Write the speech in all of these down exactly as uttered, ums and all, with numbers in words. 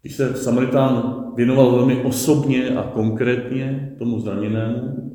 Když se Samaritán věnoval velmi osobně a konkrétně tomu zraněnému,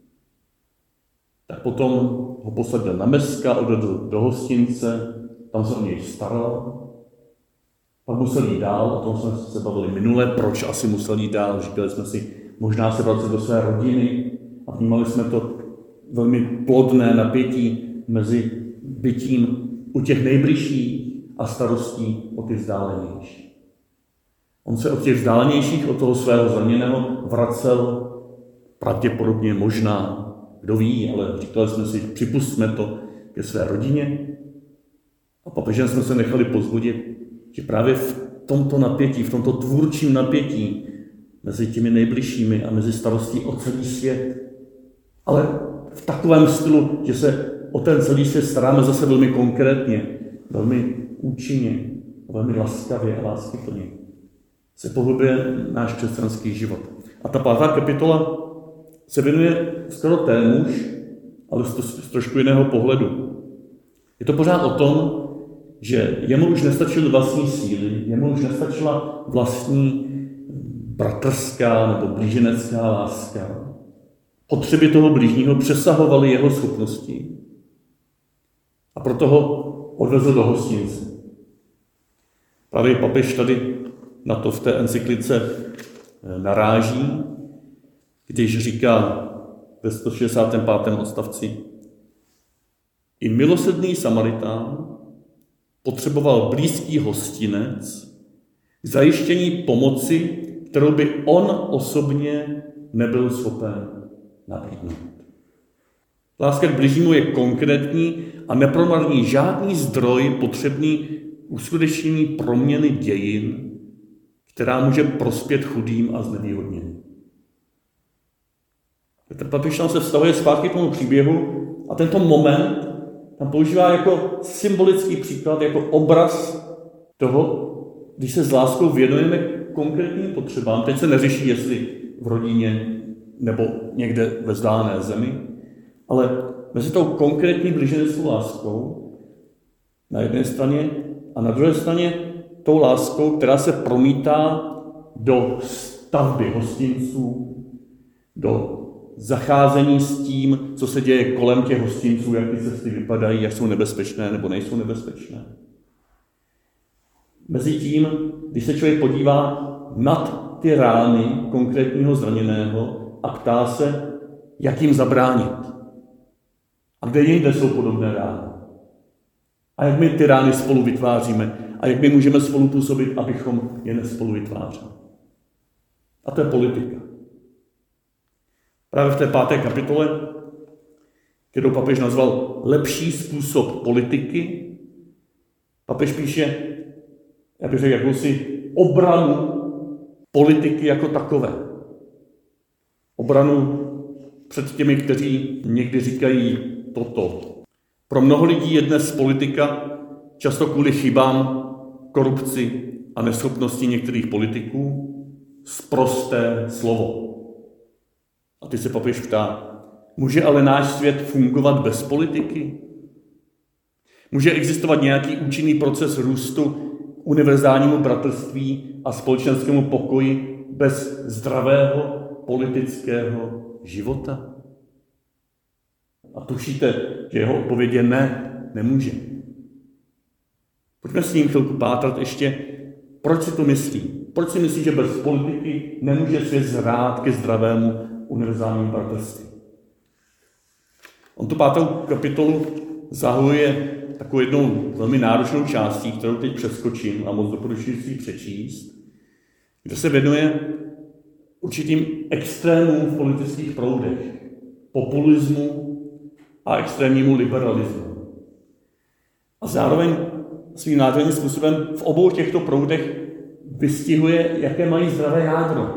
tak potom ho posadil na meska, odvedl do hostince, tam se o něj staral. Pak musel jít dál, o tom jsme se bavili minule, proč asi musel jít dál. Říkali jsme si, možná se vracet do své rodiny a vnímali jsme to velmi plodné napětí mezi bytím u těch nejbližších a starostí o ty vzdálenější. On se od těch vzdálenějších, od toho svého zraněného vracel pravděpodobně možná, kdo ví, ale říkali jsme si, připustme to ke své rodině. A papežem jsme se nechali pozbudit, že právě v tomto napětí, v tomto tvůrčím napětí mezi těmi nejbližšími a mezi starostí o celý svět, ale v takovém stylu, že se o ten celý svět staráme zase velmi konkrétně, velmi účinně, velmi laskavě a láskyplně, se pohybuje náš křesťanský život. A ta pátá kapitola se věnuje skoro témuž, ale z trošku jiného pohledu. Je to pořád o tom, že jemu už nestačily vlastní síly, jemu už nestačila vlastní bratrská nebo blíženecká láska. Potřeby toho blížního přesahovaly jeho schopnosti. A proto ho odvezl do hostince. Právě papež tady na to v té encyklice naráží, když říká ve sto šedesátém pátém odstavci: I milosrdný Samaritán potřeboval blízký hostinec k zajištění pomoci, kterou by on osobně nebyl schopen nabídnout. Láska k bližnímu je konkrétní a nepromarní žádný zdroj potřebný k uskutečnění proměny dějin, která může prospět chudým a znevýhodněným. Petr papež tam se vztahuje zpátky k tomu příběhu a tento moment tam používá jako symbolický příklad, jako obraz toho, když se s láskou věnujeme konkrétním potřebám. Teď se neřeší, jestli v rodině nebo někde ve vzdálené zemi, ale mezi tou konkrétní blíženeckou láskou na jedné straně a na druhé straně tou láskou, která se promítá do stavby hostinců, do zacházení s tím, co se děje kolem těch hostinců, jak ty cesty vypadají, jak jsou nebezpečné nebo nejsou nebezpečné. Mezitím, když se člověk podívá nad ty rány konkrétního zraněného a ptá se, jak jim zabránit. A kde jinde jsou podobné rány. A jak my ty rány spolu vytváříme a jak my můžeme spolu působit, abychom je nespolu vytvářeli. A to je politika. Právě v té páté kapitole, kterou papež nazval lepší způsob politiky, papež píše, já bych řekl, jakousi obranu politiky jako takové. Obranu před těmi, kteří někdy říkají toto. Pro mnoho lidí je dnes politika, často kvůli chybám, korupci a neschopnosti některých politiků, sprosté slovo. A ty se papež ptá, může ale náš svět fungovat bez politiky? Může existovat nějaký účinný proces růstu univerzálnímu bratrství a společenskému pokoji bez zdravého politického života? A tušíte, že jeho odpověď je ne, nemůže. Pojďme s ním chvilku pátrat ještě, proč si to myslí. Proč si myslí, že bez politiky nemůže svět zrát ke zdravému univerzálnímu bratrství. On tu pátou kapitolu zahajuje takovou jednou velmi náročnou částí, kterou teď přeskočím a moc doporučuji si ji přečíst, kde se věnuje určitým extrémům v politických proudech, populismu a extrémnímu liberalismu. A zároveň svým nádherným způsobem v obou těchto proudech vystihuje, jaké mají zdravé jádro.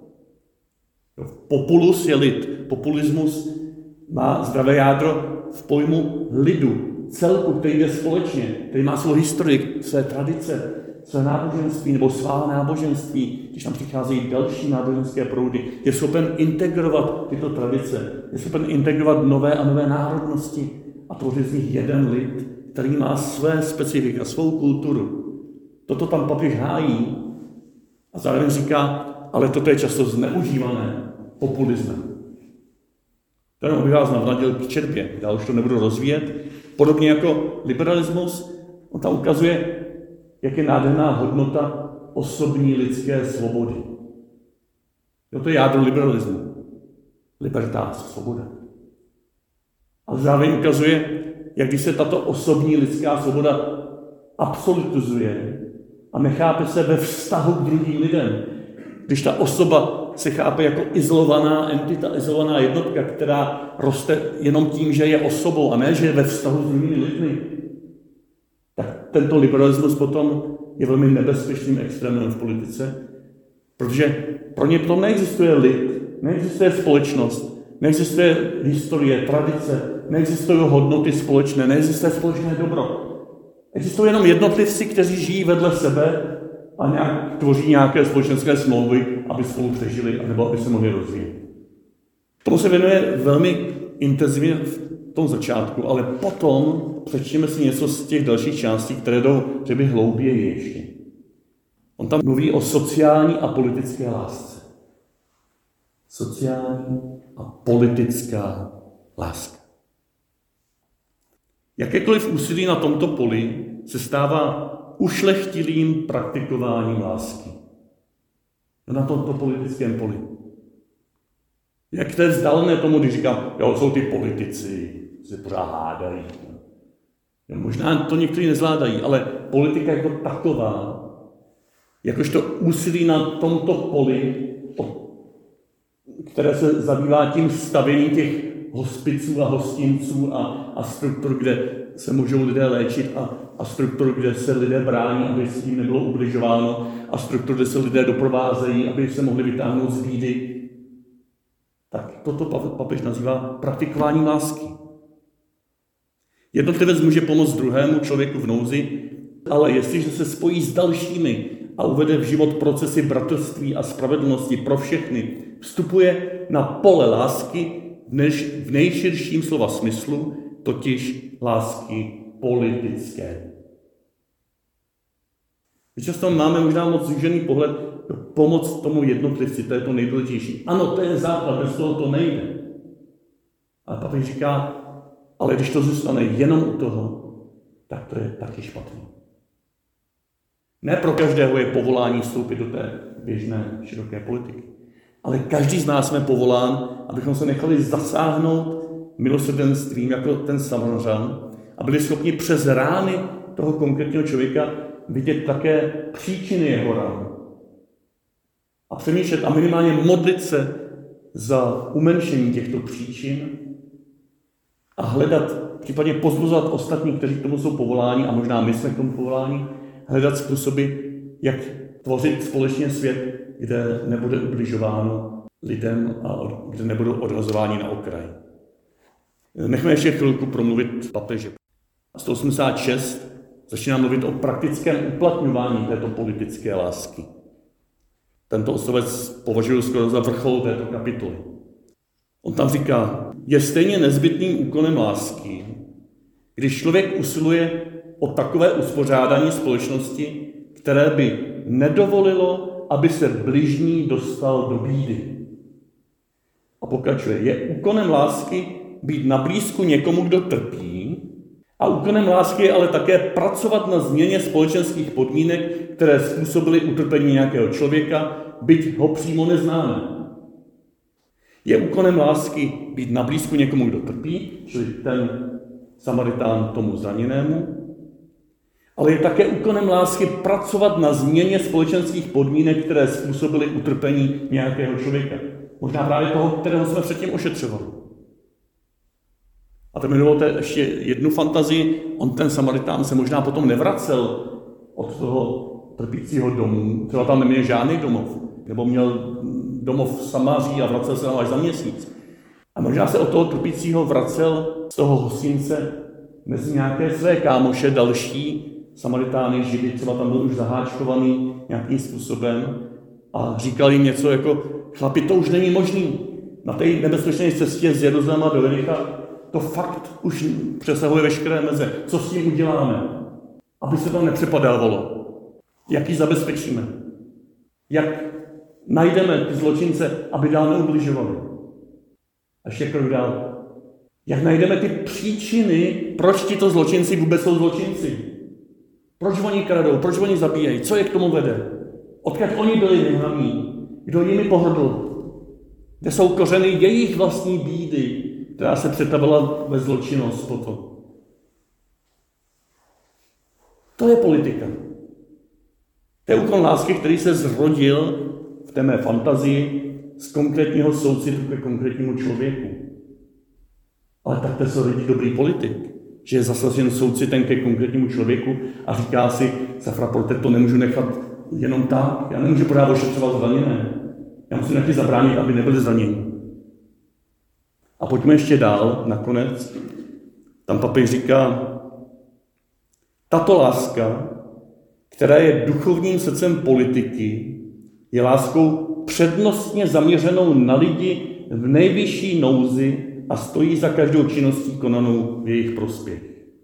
Populus je lid. Populismus má zdravé jádro v pojmu lidu, celku, který jde společně, který má svou historii, své tradice, své náboženství nebo svá náboženství, když tam přicházejí další náboženské proudy, je schopen integrovat tyto tradice, je schopen integrovat nové a nové národnosti a tvořit z nich jeden lid, který má své specifika, svou kulturu. Toto tam papež hájí A zároveň říká, ale toto je často zneužívané populismem. To jenom bych vás navnadil k četbě, já už to nebudu rozvíjet. Podobně jako liberalismus, on tam ukazuje, jak je nádherná hodnota osobní lidské svobody. Jo, to je jádro liberalismu. Libertas, svoboda. A zároveň ukazuje, jak když se tato osobní lidská svoboda absolutizuje a nechápe se ve vztahu k druhým lidem, když ta osoba se chápe jako izolovaná entita, izolovaná jednotka, která roste jenom tím, že je osobou a ne, že je ve vztahu s druhými lidmi, tak tento liberalismus potom je velmi nebezpečným extrémem v politice, protože pro ně potom neexistuje lid, neexistuje společnost, neexistuje historie, tradice, neexistují hodnoty společné, neexistuje společné dobro. Existují jenom jednotlivci, kteří žijí vedle sebe a nějak tvoří nějaké společenské smlouvy, aby spolu přežili, nebo aby se mohli rozvíjet. Tomu se věnuje velmi intenzivně v tom začátku, ale potom přečteme si něco z těch dalších částí, které jdou třeba hlouběji ještě. On tam mluví o sociální a politické lásce. Sociální a politická láska. Jakékoliv úsilí na tomto poli se stává ušlechtilým praktikováním lásky. Na tomto politickém poli. Jak to je vzdálené tomu, když říkám, jo, jsou ty politici, se pořád hádají. Jo, možná to někteří nezvládají, ale politika jako taková, jakožto úsilí na tomto poli, které se zabývá tím stavěním těch hospiců a hostinců a, a struktur, kde se můžou lidé léčit a, a struktur, kde se lidé brání, aby s tím nebylo ubližováno a struktur, kde se lidé doprovázejí, aby se mohli vytáhnout z bídy. Tak toto papež nazývá praktikováním lásky. Jednotlivec může pomoct druhému člověku v nouzi, ale jestliže se spojí s dalšími a uvede v život procesy bratrství a spravedlnosti pro všechny, vstupuje na pole lásky než v nejširším slova smyslu, totiž lásky politické. My často máme možná moc zúžený pohled, pomoc tomu jednotlivci, to je to nejdůležitější. Ano, to je základ, bez toho to nejde. A papež říká, ale když to zůstane jenom u toho, tak to je taky špatný. Ne pro každého je povolání vstoupit do té běžné, široké politiky. Ale každý z nás jsme povolán, abychom se nechali zasáhnout milosrdenstvím jako ten Samařan a byli schopni přes rány toho konkrétního člověka vidět také příčiny jeho rán. A přemýšlet a minimálně modlit se za umenšení těchto příčin a hledat, případně pozbuzovat ostatní, kteří k tomu jsou povoláni, a možná my jsme k tomu povoláni, hledat způsoby, jak tvořit společně svět, kde nebude ubližováno lidem a kde nebudou odhazováni na okraj. Nechme ještě chvilku promluvit papeže. sto osmdesát šest začíná mluvit o praktickém uplatňování této politické lásky. Tento odstavec považuji skoro za vrchol této kapitoly. On tam říká, je stejně nezbytným úkolem lásky, když člověk usiluje o takové uspořádání společnosti, které by nedovolilo, aby se bližní dostal do bídy. A pokračuje, je úkonem lásky být na blízku někomu, kdo trpí, a úkonem lásky je ale také pracovat na změně společenských podmínek, které způsobily utrpení nějakého člověka, byť ho přímo neznáme. Je úkonem lásky být na blízku někomu, kdo trpí, čili ten Samaritán tomu zraněnému, ale je také úkonem lásky pracovat na změně společenských podmínek, které způsobily utrpení nějakého člověka. Možná právě toho, kterého jsme předtím ošetřovali. A to mi dovolte ještě jednu fantazii. On, ten Samaritán, se možná potom nevracel od toho trpícího domu. Třeba tam neměl žádný domov. Nebo měl domov v Samaří a vracel se tam až za měsíc. A možná se od toho trpícího vracel z toho hostince mezi nějaké své kámoše, další Samaritány, Židy, třeba tam byl už zaháčkovaný nějakým způsobem a říkal jim něco jako, chlapi, to už není možný. Na té nebezpečné cestě z Jeruzaléma do Jericha to fakt už přesahuje veškeré meze. Co s tím uděláme? Aby se to nepřepadávalo. Jak ji zabezpečíme? Jak najdeme ty zločince, aby dál neubližovali. A ještě krok dál. Jak najdeme ty příčiny, proč tito zločinci vůbec jsou zločinci. Proč oni kradou, proč oni zabíjejí, co je k tomu vede. Odkud oni byli vyhnaní, kdo jimi pohrdl. Kde jsou kořeny jejich vlastní bídy, která se přetavila ve zločinnost potom. To je politika. To je úkol lásky, který se zrodil v té mé fantazii z konkrétního soucitu ke konkrétnímu člověku. Ale takto se rodí dobrý politik, že je zasažen soucitem ke konkrétnímu člověku a říká si, Safra Porter, to nemůžu nechat jenom tak, já nemůžu podávat ošetřovat zraněné. Já musím nechat zabránit, aby nebyli zraněni. A pojďme ještě dál, nakonec. Tam papež říká, tato láska, která je duchovním srdcem politiky, je láskou přednostně zaměřenou na lidi v nejvyšší nouzi a stojí za každou činností konanou v jejich prospěch.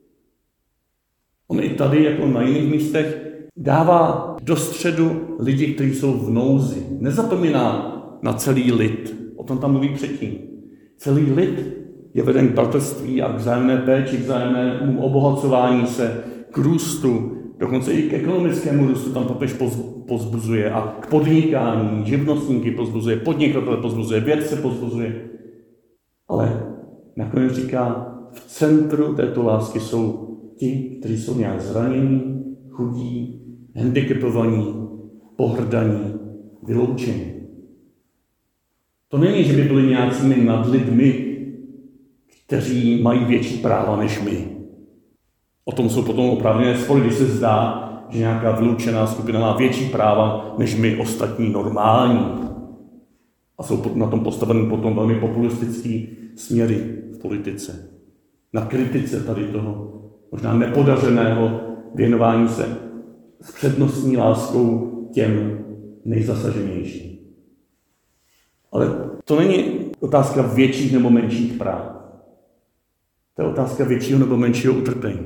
On i tady, jako na jiných místech, dává do středu lidi, kteří jsou v nouzi. Nezapomíná na celý lid. O tom tam mluví předtím. Celý lid je veden k bratrství a k vzájemné péči, k vzájemnému obohacování se, k růstu, dokonce i k ekonomickému růstu tam papež pozbuzuje a k podnikání, živnostníky pozbuzuje, podnikatele pozbuzuje, vědce pozbuzuje. Ale nakonec říká, v centru této lásky jsou ti, kteří jsou nějak zranění, chudí, handicapovaní, pohrdaní, vyloučení. To není, že by byli nějací nadlidmi, kteří mají větší práva než my. O tom jsou potom oprávněné spory, když se zdá, že nějaká vyloučená skupina má větší práva než my ostatní normální. A jsou na tom postaveny potom velmi populistický směry v politice. Na kritice tady toho možná nepodařeného věnování se s přednostní láskou těm nejzasaženějším. Ale to není otázka větších nebo menších práv. To je otázka většího nebo menšího utrpení.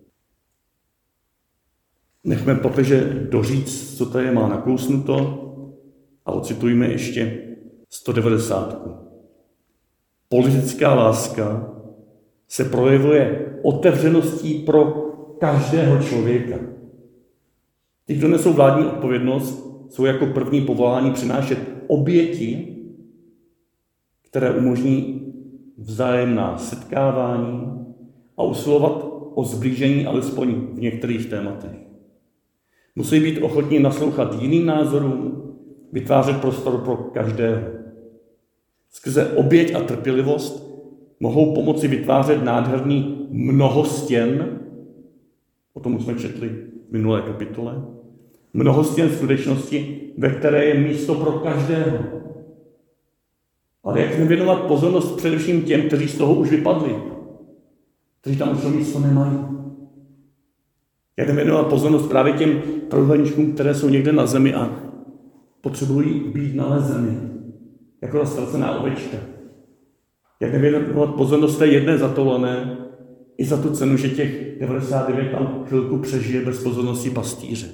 Nechme papeže doříct, co tady má nakousnuto a ocitujme ještě sto devadesát. Politická láska se projevuje otevřeností pro každého člověka. Ti, kdo nesou vládní odpovědnost, jsou jako první povolání přinášet oběti, které umožní vzájemná setkávání a usilovat o sblížení alespoň v některých tématech. Musí být ochotní naslouchat jiným názorům, vytvářet prostor pro každého. Skrze oběť a trpělivost mohou pomoci vytvářet nádherný mnohostěn, o tom už jsme četli v minulé kapitole, mnohostěn skutečnosti, ve které je místo pro každého. Ale jak nevěnovat pozornost především těm, kteří z toho už vypadli, kteří tam už to místo nemají. Jak nevěnovat pozornost právě těm trojúhelníčkům, které jsou někde na zemi a potřebují být nalezeny, jako ta ztracená ovečka. Jak nevěnovat pozornost té jedné zatolené i za tu cenu, že těch devadesát devět tam chvilku přežije bez pozornosti pastýře.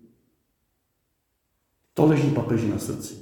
To leží papeži na srdci.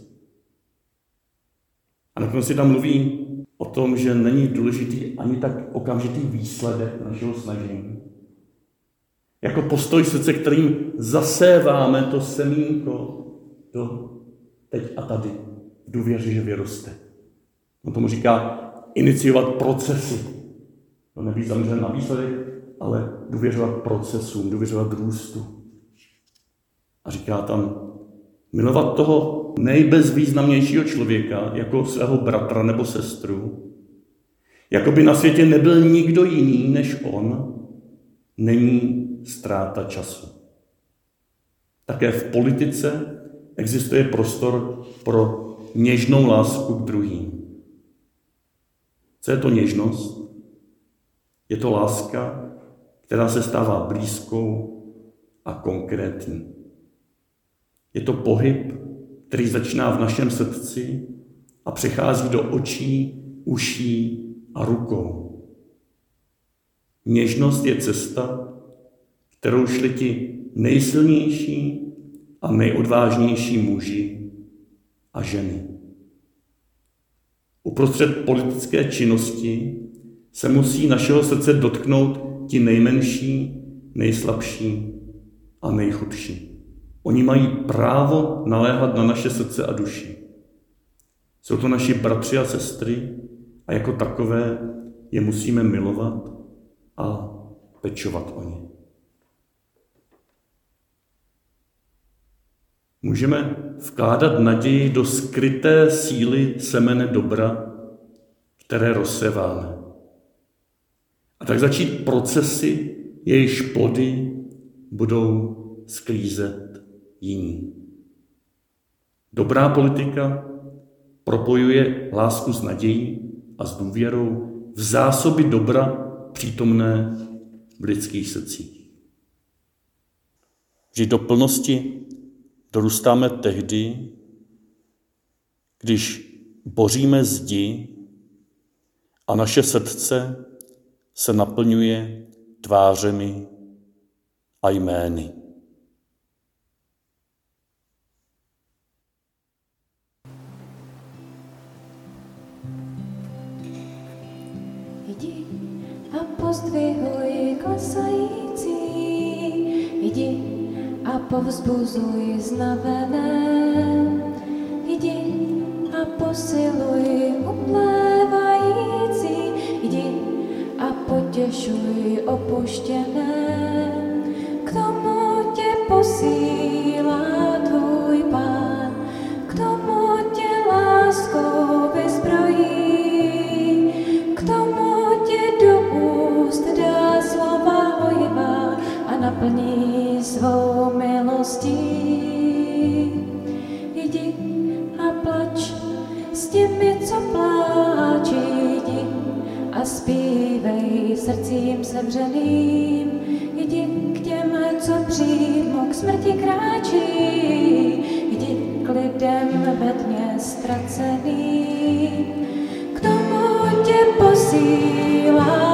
A nakonec si tam mluví o tom, že není důležitý ani tak okamžitý výsledek našeho snažení. Jako postoj srdce, kterým zaséváme to semínko do teď a tady, v důvěře, že vyroste. On tomu říká iniciovat procesy. To nebýt zaměřen na výsledek, ale důvěřovat procesům, důvěřovat růstu. A říká tam, milovat toho nejbezvýznamnějšího člověka jako svého bratra nebo sestru, jako by na světě nebyl nikdo jiný než on, není ztráta času. Také v politice existuje prostor pro něžnou lásku k druhým. Co je to něžnost? Je to láska, která se stává blízkou a konkrétní. Je to pohyb, který začíná v našem srdci a přechází do očí, uší a rukou. Něžnost je cesta, kterou šli ti nejsilnější a nejodvážnější muži a ženy. Uprostřed politické činnosti se musí našeho srdce dotknout ti nejmenší, nejslabší a nejchudší. Oni mají právo naléhat na naše srdce a duši. Jsou to naši bratři a sestry a jako takové je musíme milovat a pečovat o ně. Můžeme vkládat naději do skryté síly semene dobra, které rozséváme. A tak začít procesy, jejichž plody budou sklízet jiní. Dobrá politika propojuje lásku s nadějí a s důvěrou v zásoby dobra přítomné v lidských srdcích. Že do plnosti dorůstáme tehdy, když boříme zdi a naše srdce se naplňuje tvářemi a jmény. Jdi a pozdvihuj klesající, jdi a povzbuzuj znavené, jdi a posiluj uplévající, jdi a potěšuj opuštěné. K tomu tě posílá tvůj Pán, k tomu tě láskou vyzbrojí, k tomu tě do úst dá slova hojivá a naplní svou milostí. Jdi a plač s těmi, co pláčí, jdi a zpívej srdcím sevřeným, jdi k těm, co přímo k smrti kráčí, jdi k lidem ve tmě ztraceným, k tomu tě posílá